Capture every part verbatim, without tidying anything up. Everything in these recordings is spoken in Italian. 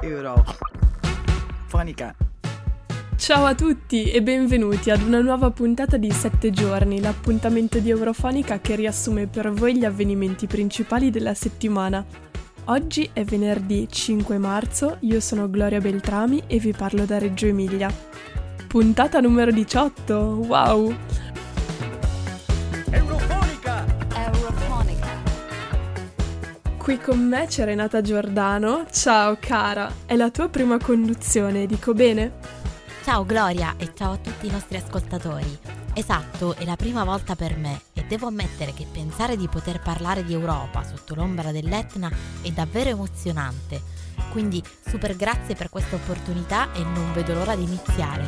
Eurofonica. Ciao a tutti e benvenuti ad una nuova puntata di Sette Giorni, l'appuntamento di Eurofonica che riassume per voi gli avvenimenti principali della settimana. Oggi è venerdì cinque marzo, io sono Gloria Beltrami e vi parlo da Reggio Emilia. Puntata numero diciotto, wow! Eurofonica! Eurofonica. Qui con me c'è Renata Giordano. Ciao cara, è la tua prima conduzione, dico bene? Ciao Gloria e ciao a tutti i nostri ascoltatori. Esatto, è la prima volta per me e devo ammettere che pensare di poter parlare di Europa sotto l'ombra dell'Etna è davvero emozionante. Quindi super grazie per questa opportunità e non vedo l'ora di iniziare.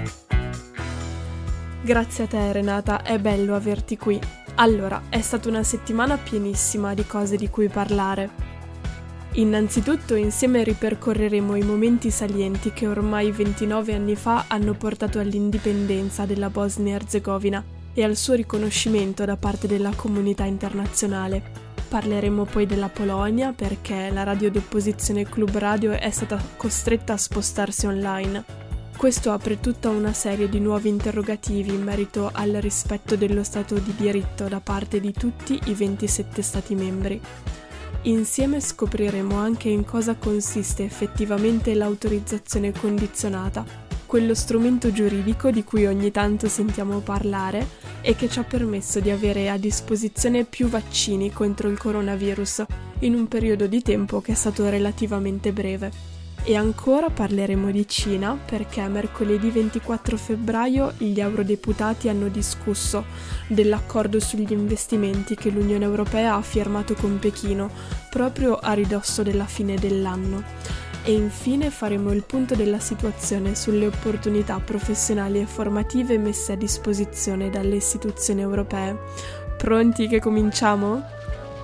Grazie a te Renata, è bello averti qui. Allora, è stata una settimana pienissima di cose di cui parlare. Innanzitutto insieme ripercorreremo i momenti salienti che ormai ventinove anni fa hanno portato all'indipendenza della Bosnia-Erzegovina e al suo riconoscimento da parte della comunità internazionale. Parleremo poi della Polonia perché la radio d'opposizione Club Radio è stata costretta a spostarsi online. Questo apre tutta una serie di nuovi interrogativi in merito al rispetto dello Stato di diritto da parte di tutti i ventisette Stati membri. Insieme scopriremo anche in cosa consiste effettivamente l'autorizzazione condizionata, quello strumento giuridico di cui ogni tanto sentiamo parlare e che ci ha permesso di avere a disposizione più vaccini contro il coronavirus in un periodo di tempo che è stato relativamente breve. E ancora parleremo di Cina perché mercoledì ventiquattro febbraio gli eurodeputati hanno discusso dell'accordo sugli investimenti che l'Unione Europea ha firmato con Pechino proprio a ridosso della fine dell'anno. E infine faremo il punto della situazione sulle opportunità professionali e formative messe a disposizione dalle istituzioni europee. Pronti che cominciamo?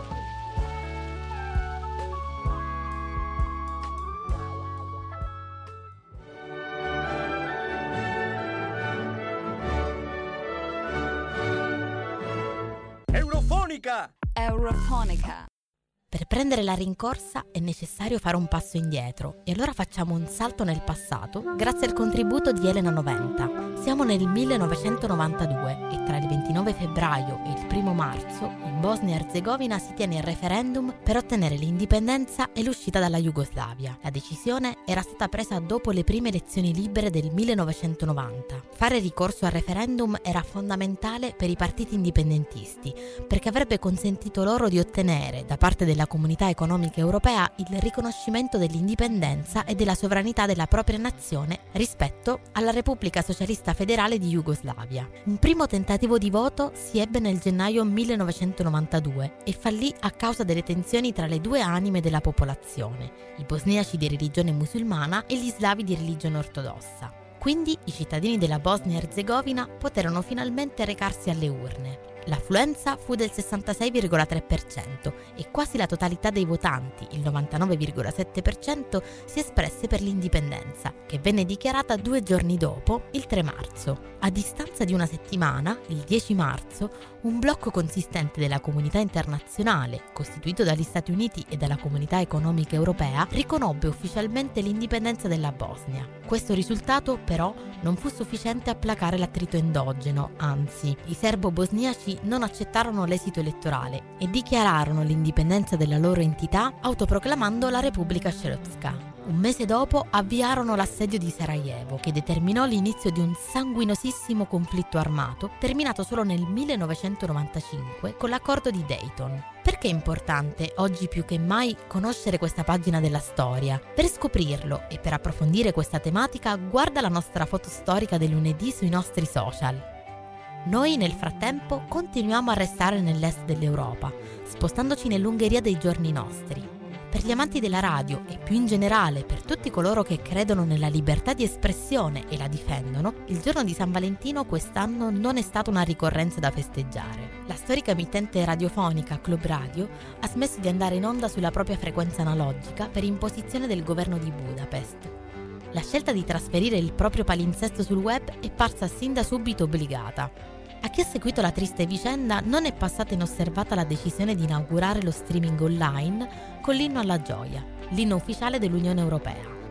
Eurofonica! Eurofonica. Per prendere la rincorsa è necessario fare un passo indietro e allora facciamo un salto nel passato grazie al contributo di Elena Noventa. Siamo nel millenovecentonovantadue e tra il ventinove febbraio e il primo marzo in Bosnia Erzegovina si tiene il referendum per ottenere l'indipendenza e l'uscita dalla Jugoslavia. La decisione era stata presa dopo le prime elezioni libere del millenovecentonovanta. Fare ricorso al referendum era fondamentale per i partiti indipendentisti perché avrebbe consentito loro di ottenere da parte del della Comunità Economica Europea il riconoscimento dell'indipendenza e della sovranità della propria nazione rispetto alla Repubblica Socialista Federale di Jugoslavia. Un primo tentativo di voto si ebbe nel gennaio millenovecentonovantadue e fallì a causa delle tensioni tra le due anime della popolazione, i bosniaci di religione musulmana e gli slavi di religione ortodossa. Quindi i cittadini della Bosnia-Erzegovina poterono finalmente recarsi alle urne. L'affluenza fu del sessantasei virgola tre per cento e quasi la totalità dei votanti, il novantanove virgola sette per cento, si espresse per l'indipendenza, che venne dichiarata due giorni dopo, il tre marzo. A distanza di una settimana, il dieci marzo, un blocco consistente della comunità internazionale, costituito dagli Stati Uniti e dalla Comunità Economica Europea, riconobbe ufficialmente l'indipendenza della Bosnia. Questo risultato, però, non fu sufficiente a placare l'attrito endogeno, anzi, i serbo-bosniaci non accettarono l'esito elettorale e dichiararono l'indipendenza della loro entità autoproclamando la Repubblica Srpska. Un mese dopo avviarono l'assedio di Sarajevo, che determinò l'inizio di un sanguinosissimo conflitto armato, terminato solo nel millenovecentonovantacinque con l'accordo di Dayton. Perché è importante, oggi più che mai, conoscere questa pagina della storia? Per scoprirlo e per approfondire questa tematica, guarda la nostra foto storica del lunedì sui nostri social. Noi nel frattempo continuiamo a restare nell'est dell'Europa, spostandoci nell'Ungheria dei giorni nostri. Per gli amanti della radio e più in generale per tutti coloro che credono nella libertà di espressione e la difendono, il giorno di San Valentino quest'anno non è stata una ricorrenza da festeggiare. La storica emittente radiofonica Club Radio ha smesso di andare in onda sulla propria frequenza analogica per imposizione del governo di Budapest. La scelta di trasferire il proprio palinsesto sul web è parsa sin da subito obbligata. A chi ha seguito la triste vicenda non è passata inosservata la decisione di inaugurare lo streaming online con l'inno alla gioia, l'inno ufficiale dell'Unione Europea.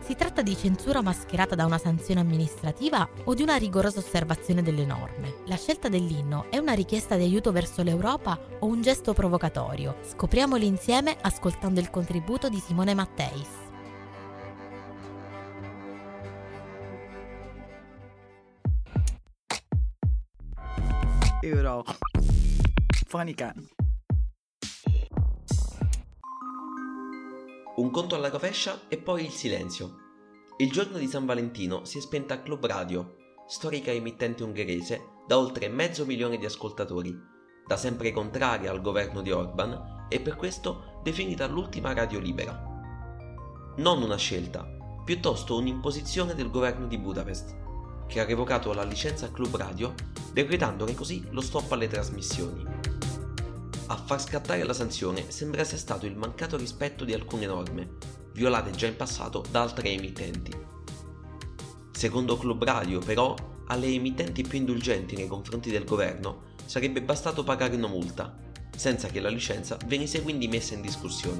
Si tratta di censura mascherata da una sanzione amministrativa o di una rigorosa osservazione delle norme? La scelta dell'inno è una richiesta di aiuto verso l'Europa o un gesto provocatorio? Scopriamoli insieme ascoltando il contributo di Simone Matteis. Eurofonica. Un conto alla rovescia e poi il silenzio. Il giorno di San Valentino si è spenta Club Radio, storica emittente ungherese da oltre mezzo milione di ascoltatori, da sempre contraria al governo di Orban e per questo definita l'ultima radio libera. Non una scelta, piuttosto un'imposizione del governo di Budapest, che ha revocato la licenza a Club Radio, decretandone così lo stop alle trasmissioni. A far scattare la sanzione sembra sia stato il mancato rispetto di alcune norme, violate già in passato da altre emittenti. Secondo Club Radio, però, alle emittenti più indulgenti nei confronti del governo sarebbe bastato pagare una multa, senza che la licenza venisse quindi messa in discussione.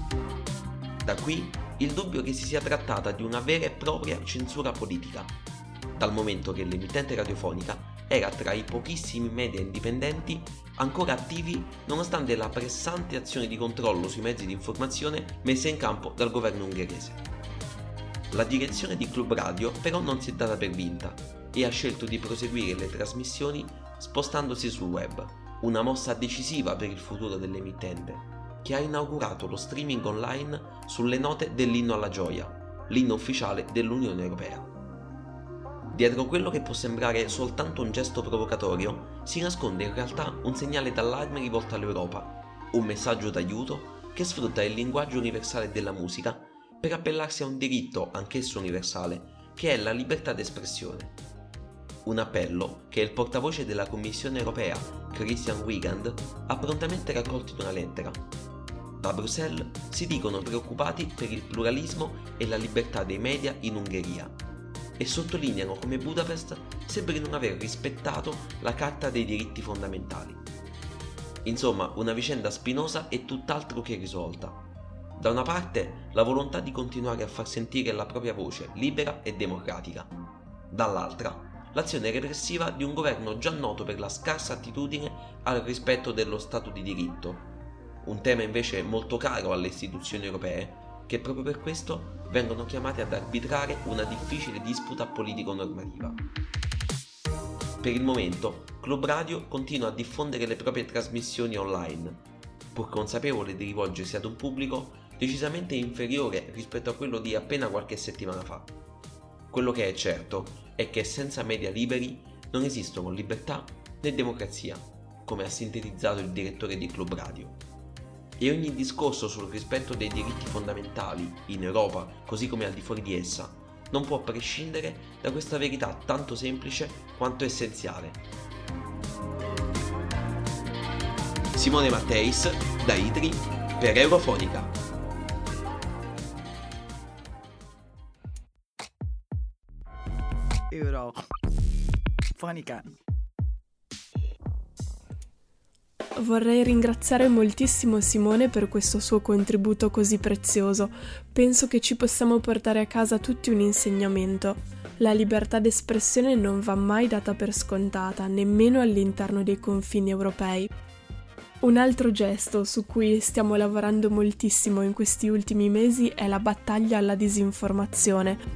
Da qui il dubbio che si sia trattata di una vera e propria censura politica, dal momento che l'emittente radiofonica era tra i pochissimi media indipendenti ancora attivi nonostante la pressante azione di controllo sui mezzi di informazione messa in campo dal governo ungherese. La direzione di Club Radio però non si è data per vinta e ha scelto di proseguire le trasmissioni spostandosi sul web, una mossa decisiva per il futuro dell'emittente, che ha inaugurato lo streaming online sulle note dell'Inno alla Gioia, l'inno ufficiale dell'Unione Europea. Dietro quello che può sembrare soltanto un gesto provocatorio si nasconde in realtà un segnale d'allarme rivolto all'Europa, un messaggio d'aiuto che sfrutta il linguaggio universale della musica per appellarsi a un diritto anch'esso universale, che è la libertà d'espressione. Un appello che il portavoce della Commissione Europea, Christian Wiegand, ha prontamente raccolto in una lettera. Da Bruxelles si dicono preoccupati per il pluralismo e la libertà dei media in Ungheria e sottolineano come Budapest sembri non aver rispettato la Carta dei diritti fondamentali. Insomma, una vicenda spinosa e tutt'altro che risolta. Da una parte, la volontà di continuare a far sentire la propria voce libera e democratica. Dall'altra, l'azione repressiva di un governo già noto per la scarsa attitudine al rispetto dello Stato di diritto, un tema invece molto caro alle istituzioni europee, che proprio per questo vengono chiamate ad arbitrare una difficile disputa politico-normativa. Per il momento, Club Radio continua a diffondere le proprie trasmissioni online, pur consapevole di rivolgersi ad un pubblico decisamente inferiore rispetto a quello di appena qualche settimana fa. Quello che è certo è che senza media liberi non esistono libertà né democrazia, come ha sintetizzato il direttore di Club Radio. E ogni discorso sul rispetto dei diritti fondamentali, in Europa così come al di fuori di essa, non può prescindere da questa verità tanto semplice quanto essenziale. Simone Matteis, da Idri, per Eurofonica. Eurofonica. Vorrei ringraziare moltissimo Simone per questo suo contributo così prezioso. Penso che ci possiamo portare a casa tutti un insegnamento. La libertà d'espressione non va mai data per scontata, nemmeno all'interno dei confini europei. Un altro gesto su cui stiamo lavorando moltissimo in questi ultimi mesi è la battaglia alla disinformazione.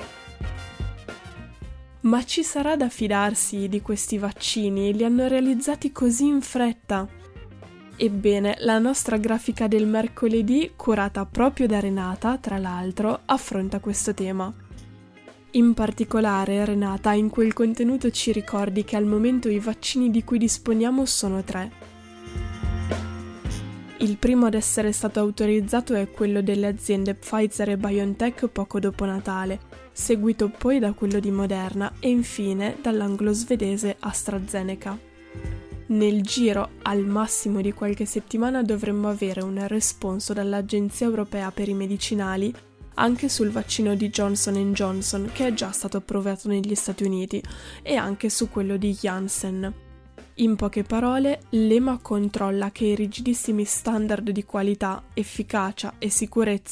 Ma ci sarà da fidarsi di questi vaccini? Li hanno realizzati così in fretta? Ebbene, la nostra grafica del mercoledì, curata proprio da Renata, tra l'altro, affronta questo tema. In particolare, Renata in quel contenuto ci ricordi che al momento i vaccini di cui disponiamo sono tre. Il primo ad essere stato autorizzato è quello delle aziende Pfizer e BioNTech poco dopo Natale, seguito poi da quello di Moderna e infine dall'anglo-svedese AstraZeneca. Nel giro al massimo di qualche settimana dovremmo avere un responso dall'Agenzia Europea per i Medicinali anche sul vaccino di Johnson and Johnson, che è già stato approvato negli Stati Uniti, e anche su quello di Janssen. In poche parole, l'E M A controlla che i rigidissimi standard di qualità, efficacia e sicurezza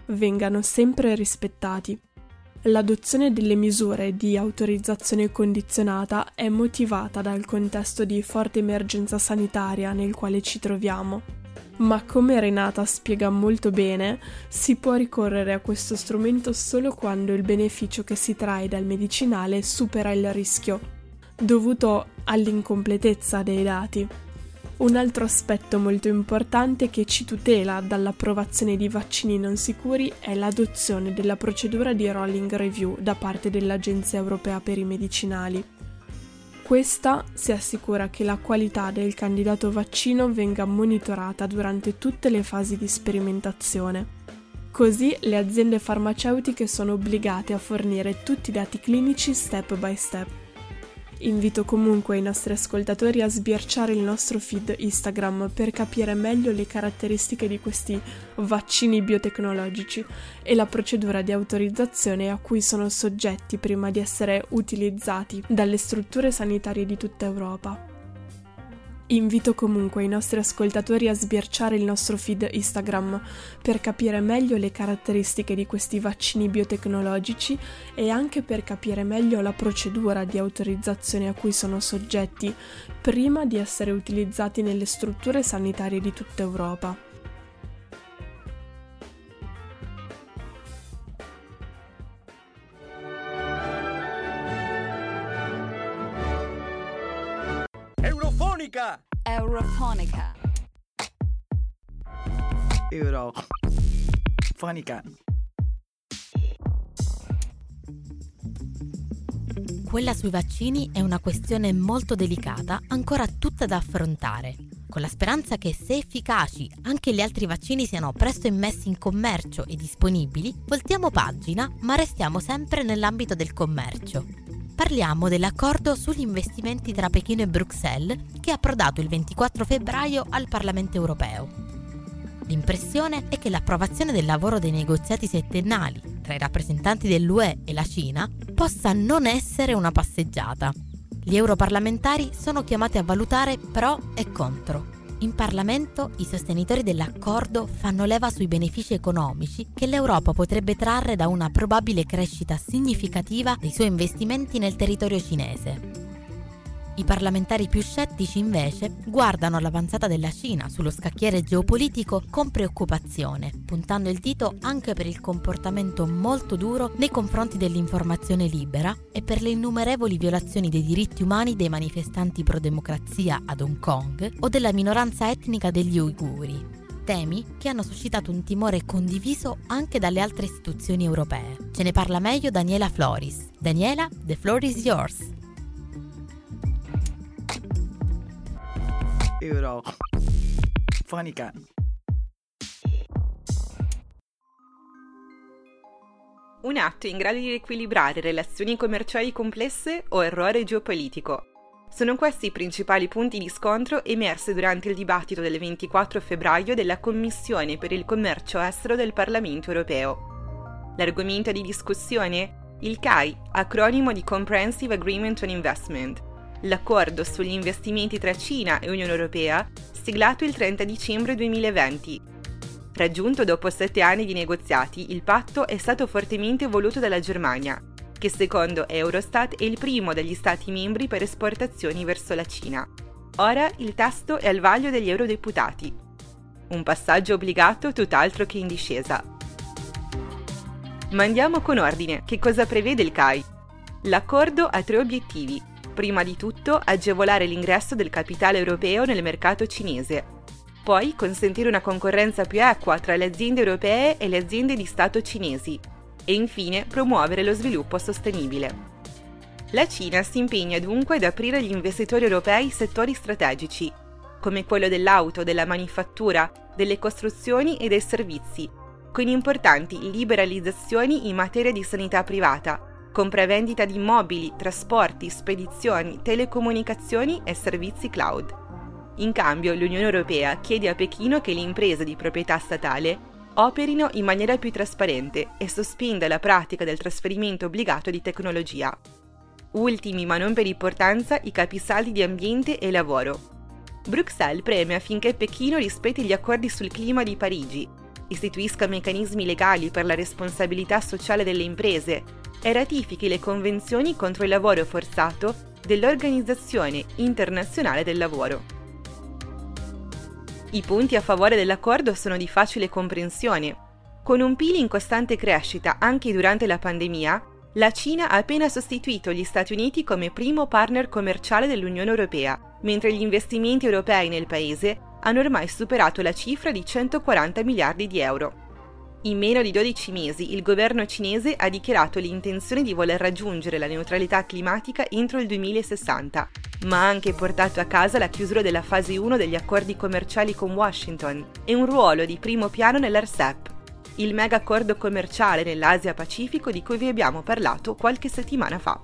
vengano sempre rispettati. L'adozione delle misure di autorizzazione condizionata è motivata dal contesto di forte emergenza sanitaria nel quale ci troviamo, ma come Renata spiega molto bene, si può ricorrere a questo strumento solo quando il beneficio che si trae dal medicinale supera il rischio, dovuto all'incompletezza dei dati. Un altro aspetto molto importante che ci tutela dall'approvazione di vaccini non sicuri è l'adozione della procedura di rolling review da parte dell'Agenzia Europea per i Medicinali. Questa si assicura che la qualità del candidato vaccino venga monitorata durante tutte le fasi di sperimentazione. Così le aziende farmaceutiche sono obbligate a fornire tutti i dati clinici step by step. Invito comunque i nostri ascoltatori a sbirciare il nostro feed Instagram per capire meglio le caratteristiche di questi vaccini biotecnologici e la procedura di autorizzazione a cui sono soggetti prima di essere utilizzati dalle strutture sanitarie di tutta Europa. Invito comunque i nostri ascoltatori a sbirciare il nostro feed Instagram per capire meglio le caratteristiche di questi vaccini biotecnologici e anche per capire meglio la procedura di autorizzazione a cui sono soggetti prima di essere utilizzati nelle strutture sanitarie di tutta Europa. Eurofonica! Eurofonica. Eurofonica. Quella sui vaccini è una questione molto delicata, ancora tutta da affrontare, con la speranza che se efficaci anche gli altri vaccini siano presto immessi in commercio e disponibili, voltiamo pagina, ma restiamo sempre nell'ambito del commercio. Parliamo dell'accordo sugli investimenti tra Pechino e Bruxelles che è approdato il ventiquattro febbraio al Parlamento europeo. L'impressione è che l'approvazione del lavoro dei negoziati settennali tra i rappresentanti dell'U E e la Cina possa non essere una passeggiata. Gli europarlamentari sono chiamati a valutare pro e contro. In Parlamento i sostenitori dell'accordo fanno leva sui benefici economici che l'Europa potrebbe trarre da una probabile crescita significativa dei suoi investimenti nel territorio cinese. I parlamentari più scettici invece guardano l'avanzata della Cina sullo scacchiere geopolitico con preoccupazione, puntando il dito anche per il comportamento molto duro nei confronti dell'informazione libera e per le innumerevoli violazioni dei diritti umani dei manifestanti pro-democrazia ad Hong Kong o della minoranza etnica degli uiguri. Temi che hanno suscitato un timore condiviso anche dalle altre istituzioni europee. Ce ne parla meglio Daniela Floris. Daniela, the floor is yours. Eurofonica. Un atto in grado di riequilibrare relazioni commerciali complesse o errore geopolitico? Sono questi i principali punti di scontro emersi durante il dibattito del ventiquattro febbraio della Commissione per il commercio estero del Parlamento europeo. L'argomento di discussione? Il C A I, acronimo di Comprehensive Agreement on Investment, l'accordo sugli investimenti tra Cina e Unione Europea, siglato il trenta dicembre duemilaventi. Raggiunto dopo sette anni di negoziati, il patto è stato fortemente voluto dalla Germania, che secondo Eurostat è il primo degli Stati membri per esportazioni verso la Cina. Ora il testo è al vaglio degli eurodeputati. Un passaggio obbligato tutt'altro che in discesa. Ma andiamo con ordine. Che cosa prevede il C A I? L'accordo ha tre obiettivi. Prima di tutto, agevolare l'ingresso del capitale europeo nel mercato cinese. Poi, consentire una concorrenza più equa tra le aziende europee e le aziende di Stato cinesi. E infine, promuovere lo sviluppo sostenibile. La Cina si impegna dunque ad aprire agli investitori europei settori strategici, come quello dell'auto, della manifattura, delle costruzioni e dei servizi, con importanti liberalizzazioni in materia di sanità privata, compravendita di immobili, trasporti, spedizioni, telecomunicazioni e servizi cloud. In cambio, l'Unione Europea chiede a Pechino che le imprese di proprietà statale operino in maniera più trasparente e sospenda la pratica del trasferimento obbligato di tecnologia. Ultimi, ma non per importanza, i capisaldi di ambiente e lavoro. Bruxelles preme affinché Pechino rispetti gli accordi sul clima di Parigi, istituisca meccanismi legali per la responsabilità sociale delle imprese e ratifichi le convenzioni contro il lavoro forzato dell'Organizzazione Internazionale del Lavoro. I punti a favore dell'accordo sono di facile comprensione. Con un P I L in costante crescita anche durante la pandemia, la Cina ha appena sostituito gli Stati Uniti come primo partner commerciale dell'Unione Europea, mentre gli investimenti europei nel paese hanno ormai superato la cifra di centoquaranta miliardi di euro. In meno di dodici mesi il governo cinese ha dichiarato l'intenzione di voler raggiungere la neutralità climatica entro il duemilasessanta, ma ha anche portato a casa la chiusura della fase uno degli accordi commerciali con Washington e un ruolo di primo piano nell'R C E P, il mega accordo commerciale nell'Asia-Pacifico di cui vi abbiamo parlato qualche settimana fa.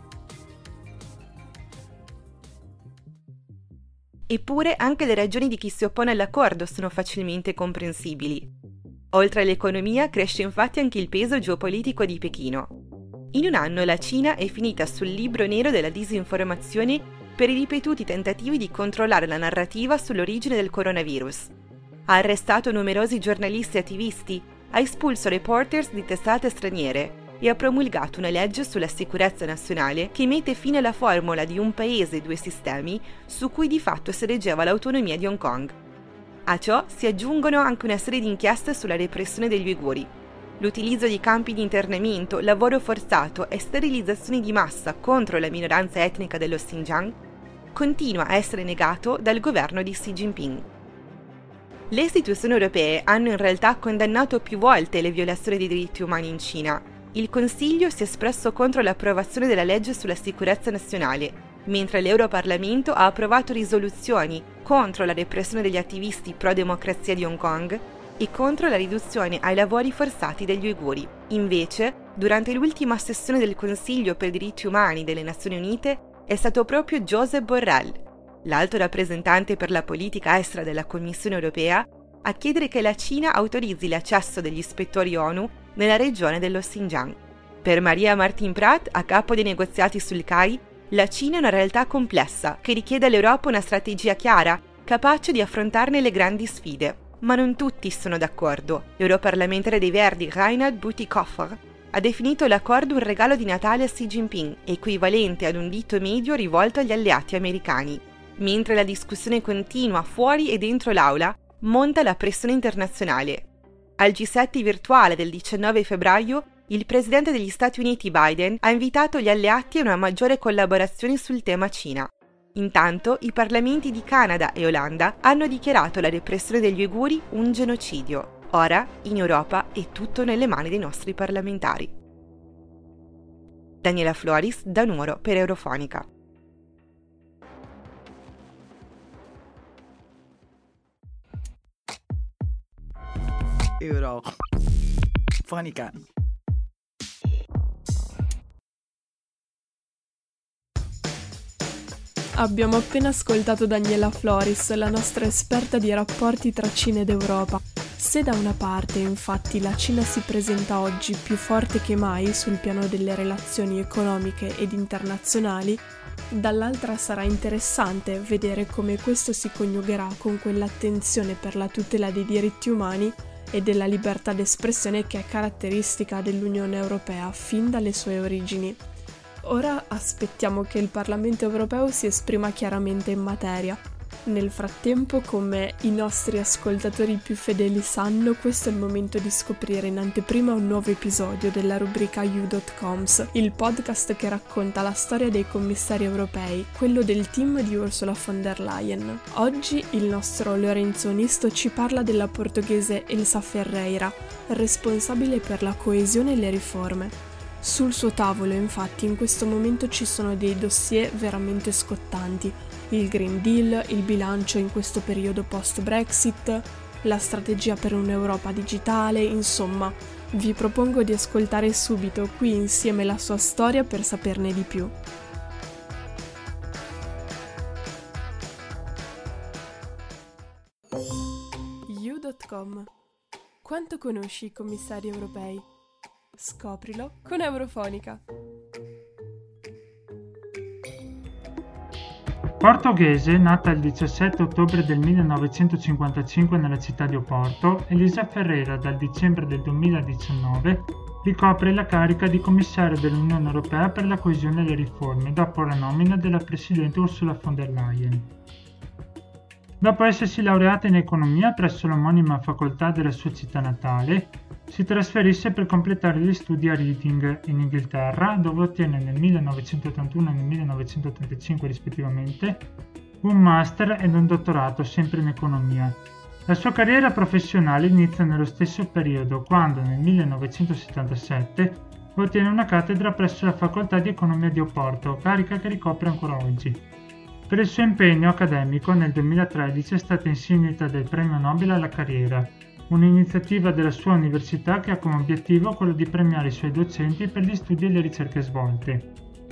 Eppure anche le ragioni di chi si oppone all'accordo sono facilmente comprensibili. Oltre all'economia cresce infatti anche il peso geopolitico di Pechino. In un anno la Cina è finita sul libro nero della disinformazione per i ripetuti tentativi di controllare la narrativa sull'origine del coronavirus. Ha arrestato numerosi giornalisti e attivisti, ha espulso reporters di testate straniere e ha promulgato una legge sulla sicurezza nazionale che mette fine alla formula di un paese due sistemi su cui di fatto si reggeva l'autonomia di Hong Kong. A ciò si aggiungono anche una serie di inchieste sulla repressione degli uiguri. L'utilizzo di campi di internamento, lavoro forzato e sterilizzazioni di massa contro la minoranza etnica dello Xinjiang continua a essere negato dal governo di Xi Jinping. Le istituzioni europee hanno in realtà condannato più volte le violazioni dei diritti umani in Cina. Il Consiglio si è espresso contro l'approvazione della legge sulla sicurezza nazionale, mentre l'Europarlamento ha approvato risoluzioni contro la repressione degli attivisti pro-democrazia di Hong Kong e contro la riduzione ai lavori forzati degli uiguri. Invece, durante l'ultima sessione del Consiglio per i diritti umani delle Nazioni Unite, è stato proprio Josep Borrell, l'alto rappresentante per la politica estera della Commissione europea, a chiedere che la Cina autorizzi l'accesso degli ispettori ONU nella regione dello Xinjiang. Per Maria Martin Prat, a capo dei negoziati sul C A I, la Cina è una realtà complessa che richiede all'Europa una strategia chiara, capace di affrontarne le grandi sfide. Ma non tutti sono d'accordo. L'europarlamentare dei Verdi Reinhard Bütikofer ha definito l'accordo un regalo di Natale a Xi Jinping, equivalente ad un dito medio rivolto agli alleati americani. Mentre la discussione continua fuori e dentro l'aula, monta la pressione internazionale. Al G sette virtuale del diciannove febbraio, il presidente degli Stati Uniti Biden ha invitato gli alleati a una maggiore collaborazione sul tema Cina. Intanto, i parlamenti di Canada e Olanda hanno dichiarato la repressione degli uiguri un genocidio. Ora, in Europa, è tutto nelle mani dei nostri parlamentari. Daniela Floris, da Nuoro per Eurofonica. Eurofonica. Abbiamo appena ascoltato Daniela Floris, la nostra esperta di rapporti tra Cina ed Europa. Se da una parte, infatti, la Cina si presenta oggi più forte che mai sul piano delle relazioni economiche ed internazionali, dall'altra sarà interessante vedere come questo si coniugherà con quell'attenzione per la tutela dei diritti umani e della libertà d'espressione che è caratteristica dell'Unione Europea fin dalle sue origini. Ora aspettiamo che il Parlamento europeo si esprima chiaramente in materia. Nel frattempo, come i nostri ascoltatori più fedeli sanno, questo è il momento di scoprire in anteprima un nuovo episodio della rubrica You dot coms, il podcast che racconta la storia dei commissari europei, quello del team di Ursula von der Leyen. Oggi il nostro Lorenzo Onisto ci parla della portoghese Elsa Ferreira, responsabile per la coesione e le riforme. Sul suo tavolo, infatti, in questo momento ci sono dei dossier veramente scottanti. Il Green Deal, il bilancio in questo periodo post-Brexit, la strategia per un'Europa digitale, insomma, vi propongo di ascoltare subito qui insieme la sua storia per saperne di più. You dot com. Quanto conosci i commissari europei? Scoprilo con Eurofonica. Portoghese, nata il diciassette ottobre del millenovecentocinquantacinque nella città di Oporto, Elisa Ferreira dal dicembre del duemiladiciannove ricopre la carica di commissario dell'Unione Europea per la coesione e le riforme, dopo la nomina della presidente Ursula von der Leyen. Dopo essersi laureata in economia presso l'omonima facoltà della sua città natale, si trasferisse per completare gli studi a Reading, in Inghilterra, dove ottiene nel millenovecentottantuno e nel millenovecentottantacinque rispettivamente un master ed un dottorato sempre in economia. La sua carriera professionale inizia nello stesso periodo, quando nel millenovecentosettantasette ottiene una cattedra presso la facoltà di economia di Oporto, carica che ricopre ancora oggi. Per il suo impegno accademico nel duemilatredici è stata insignita del Premio Nobel alla carriera, un'iniziativa della sua università che ha come obiettivo quello di premiare i suoi docenti per gli studi e le ricerche svolte.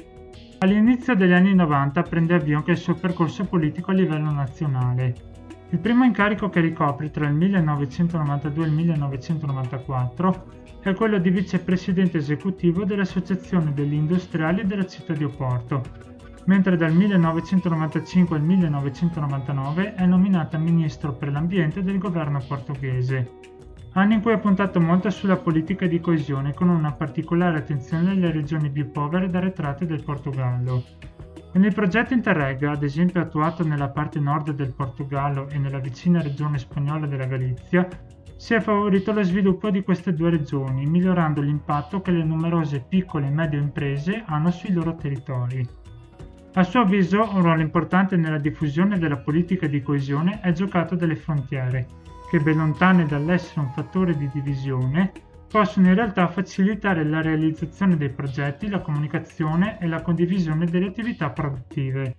All'inizio degli anni novanta prende avvio anche il suo percorso politico a livello nazionale. Il primo incarico che ricopre tra il millenovecentonovantadue e il millenovecentonovantaquattro è quello di vicepresidente esecutivo dell'Associazione degli Industriali della città di Oporto, mentre dal millenovecentonovantacinque al millenovecentonovantanove è nominata ministro per l'ambiente del governo portoghese, anni in cui ha puntato molto sulla politica di coesione con una particolare attenzione alle regioni più povere ed arretrate del Portogallo. Con il progetto Interreg, ad esempio attuato nella parte nord del Portogallo e nella vicina regione spagnola della Galizia, si è favorito lo sviluppo di queste due regioni, migliorando l'impatto che le numerose piccole e medie imprese hanno sui loro territori. A suo avviso, un ruolo importante nella diffusione della politica di coesione è giocato dalle frontiere, che ben lontane dall'essere un fattore di divisione, possono in realtà facilitare la realizzazione dei progetti, la comunicazione e la condivisione delle attività produttive.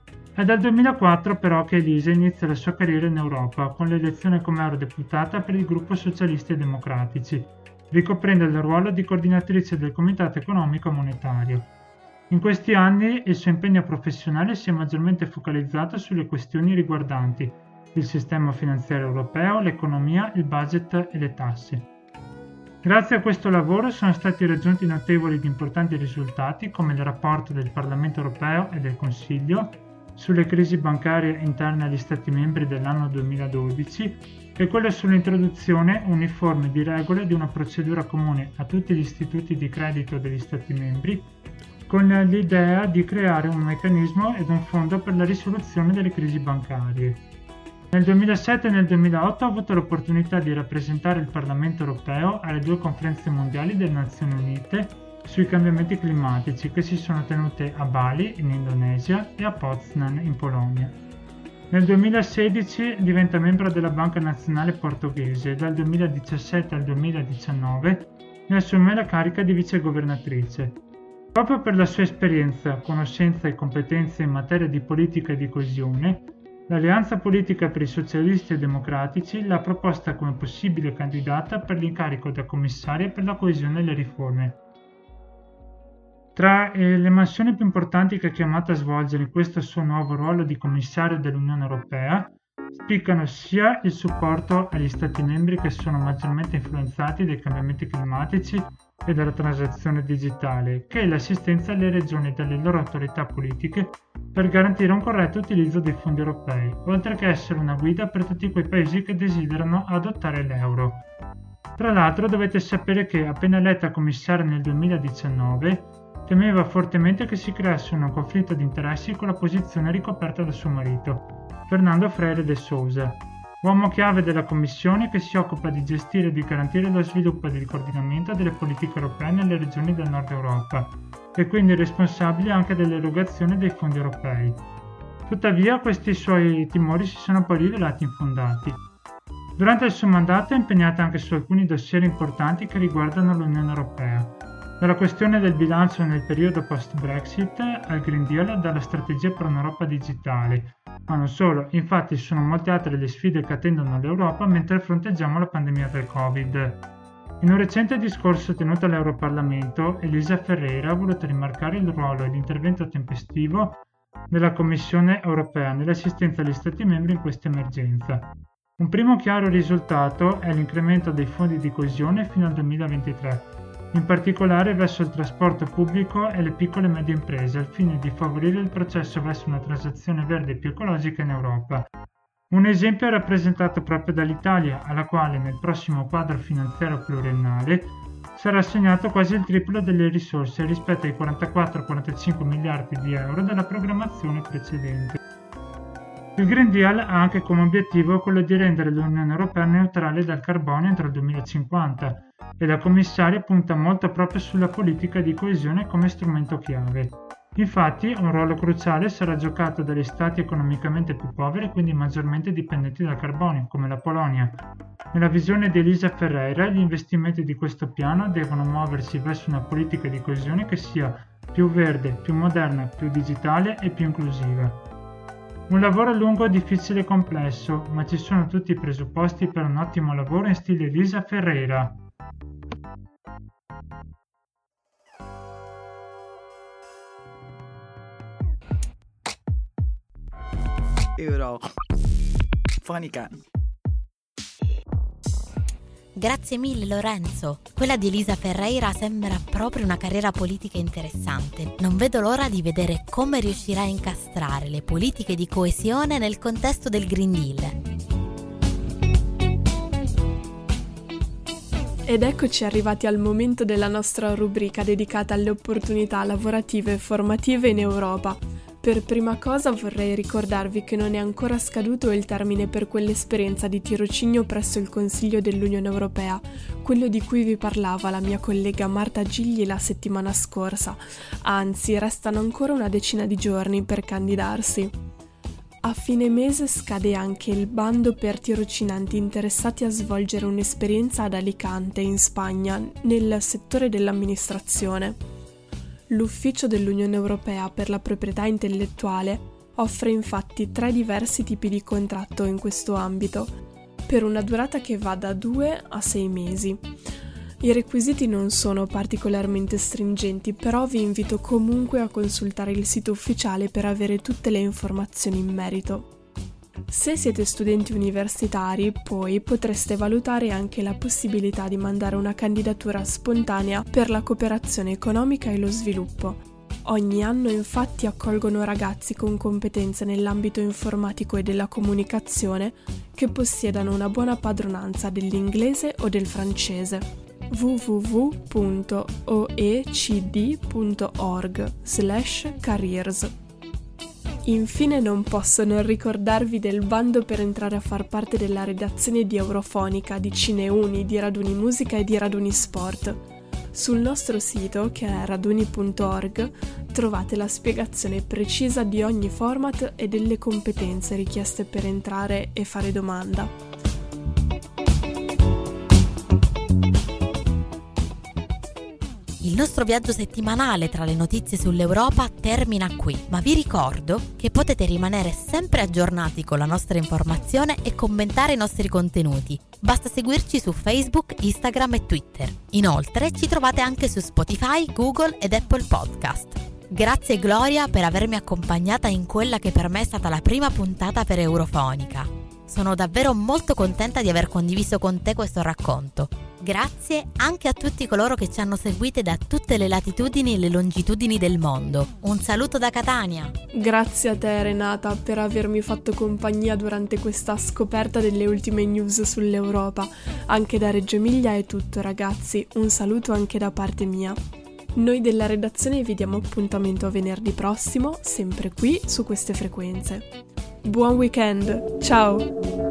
È dal duemilaquattro però che Elisa inizia la sua carriera in Europa, con l'elezione come eurodeputata per il gruppo Socialisti e Democratici, ricoprendo il ruolo di coordinatrice del Comitato Economico e Monetario. In questi anni il suo impegno professionale si è maggiormente focalizzato sulle questioni riguardanti il sistema finanziario europeo, l'economia, il budget e le tasse. Grazie a questo lavoro sono stati raggiunti notevoli ed importanti risultati come il rapporto del Parlamento europeo e del Consiglio sulle crisi bancarie interne agli Stati membri dell'anno duemiladodici e quello sull'introduzione uniforme di regole di una procedura comune a tutti gli istituti di credito degli Stati membri, con l'idea di creare un meccanismo ed un fondo per la risoluzione delle crisi bancarie. Nel duemilasette e nel duemilaotto ha avuto l'opportunità di rappresentare il Parlamento europeo alle due conferenze mondiali delle Nazioni Unite sui cambiamenti climatici che si sono tenute a Bali, in Indonesia, e a Poznan, in Polonia. Nel duemilasedici diventa membro della Banca Nazionale Portoghese e dal duemiladiciassette al duemiladiciannove ne assume la carica di vicegovernatrice. Proprio per la sua esperienza, conoscenza e competenze in materia di politica e di coesione, l'Alleanza Politica per i Socialisti e Democratici l'ha proposta come possibile candidata per l'incarico da commissaria per la coesione e le riforme. Tra le mansioni più importanti che è chiamata a svolgere in questo suo nuovo ruolo di commissario dell'Unione Europea spiccano sia il supporto agli Stati membri che sono maggiormente influenzati dai cambiamenti climatici e dalla transizione digitale, che l'assistenza alle regioni e dalle loro autorità politiche per garantire un corretto utilizzo dei fondi europei, oltre che essere una guida per tutti quei paesi che desiderano adottare l'euro. Tra l'altro dovete sapere che, appena eletta commissaria nel duemiladiciannove, temeva fortemente che si creasse un conflitto di interessi con la posizione ricoperta da suo marito, Fernando Freire de Sousa, uomo chiave della Commissione che si occupa di gestire e di garantire lo sviluppo e il coordinamento delle politiche europee nelle regioni del Nord Europa e quindi responsabile anche dell'erogazione dei fondi europei. Tuttavia questi suoi timori si sono poi rivelati infondati. Durante il suo mandato è impegnata anche su alcuni dossier importanti che riguardano l'Unione Europea, dalla questione del bilancio nel periodo post-Brexit al Green Deal e dalla strategia per un'Europa digitale. Ma non solo, infatti sono molte altre le sfide che attendono l'Europa mentre fronteggiamo la pandemia del Covid. In un recente discorso tenuto all'Europarlamento, Elisa Ferreira ha voluto rimarcare il ruolo e l'intervento tempestivo della Commissione europea nell'assistenza agli Stati membri in questa emergenza. Un primo chiaro risultato è l'incremento dei fondi di coesione fino al duemilaventitré, in particolare verso il trasporto pubblico e le piccole e medie imprese, al fine di favorire il processo verso una transizione verde e più ecologica in Europa. Un esempio è rappresentato proprio dall'Italia, alla quale nel prossimo quadro finanziario pluriennale sarà assegnato quasi il triplo delle risorse rispetto ai quarantaquattro quarantacinque miliardi di euro della programmazione precedente. Il Green Deal ha anche come obiettivo quello di rendere l'Unione Europea neutrale dal carbonio entro il duemilacinquanta e la commissaria punta molto proprio sulla politica di coesione come strumento chiave. Infatti, un ruolo cruciale sarà giocato dagli stati economicamente più poveri e quindi maggiormente dipendenti dal carbonio, come la Polonia. Nella visione di Elisa Ferreira, gli investimenti di questo piano devono muoversi verso una politica di coesione che sia più verde, più moderna, più digitale e più inclusiva. Un lavoro lungo, difficile e complesso, ma ci sono tutti i presupposti per un ottimo lavoro in stile Elisa Ferreira. Eurofonica. Grazie mille Lorenzo, quella di Elisa Ferreira sembra proprio una carriera politica interessante. Non vedo l'ora di vedere come riuscirà a incastrare le politiche di coesione nel contesto del Green Deal. Ed eccoci arrivati al momento della nostra rubrica dedicata alle opportunità lavorative e formative in Europa. Per prima cosa vorrei ricordarvi che non è ancora scaduto il termine per quell'esperienza di tirocinio presso il Consiglio dell'Unione Europea, quello di cui vi parlava la mia collega Marta Gigli la settimana scorsa, anzi restano ancora una decina di giorni per candidarsi. A fine mese scade anche il bando per tirocinanti interessati a svolgere un'esperienza ad Alicante, in Spagna, nel settore dell'amministrazione. L'Ufficio dell'Unione Europea per la proprietà intellettuale offre infatti tre diversi tipi di contratto in questo ambito, per una durata che va da due a sei mesi. I requisiti non sono particolarmente stringenti, però vi invito comunque a consultare il sito ufficiale per avere tutte le informazioni in merito. Se siete studenti universitari, poi potreste valutare anche la possibilità di mandare una candidatura spontanea per la cooperazione economica e lo sviluppo. Ogni anno infatti accolgono ragazzi con competenze nell'ambito informatico e della comunicazione che possiedano una buona padronanza dell'inglese o del francese. w w w punto o e c d punto org slash careers. Infine non posso non ricordarvi del bando per entrare a far parte della redazione di Eurofonica, di Cineuni, di Raduni Musica e di Raduni Sport. Sul nostro sito, che è raduni punto org, trovate la spiegazione precisa di ogni format e delle competenze richieste per entrare e fare domanda. Il nostro viaggio settimanale tra le notizie sull'Europa termina qui, ma vi ricordo che potete rimanere sempre aggiornati con la nostra informazione e commentare i nostri contenuti. Basta seguirci su Facebook, Instagram e Twitter. Inoltre ci trovate anche su Spotify, Google ed Apple Podcast. Grazie Gloria per avermi accompagnata in quella che per me è stata la prima puntata per Eurofonica. Sono davvero molto contenta di aver condiviso con te questo racconto. Grazie anche a tutti coloro che ci hanno seguite da tutte le latitudini e le longitudini del mondo. Un saluto da Catania. Grazie a te Renata per avermi fatto compagnia durante questa scoperta delle ultime news sull'Europa. Anche da Reggio Emilia è tutto ragazzi, un saluto anche da parte mia. Noi della redazione vi diamo appuntamento a venerdì prossimo, sempre qui su queste frequenze. Buon weekend, ciao!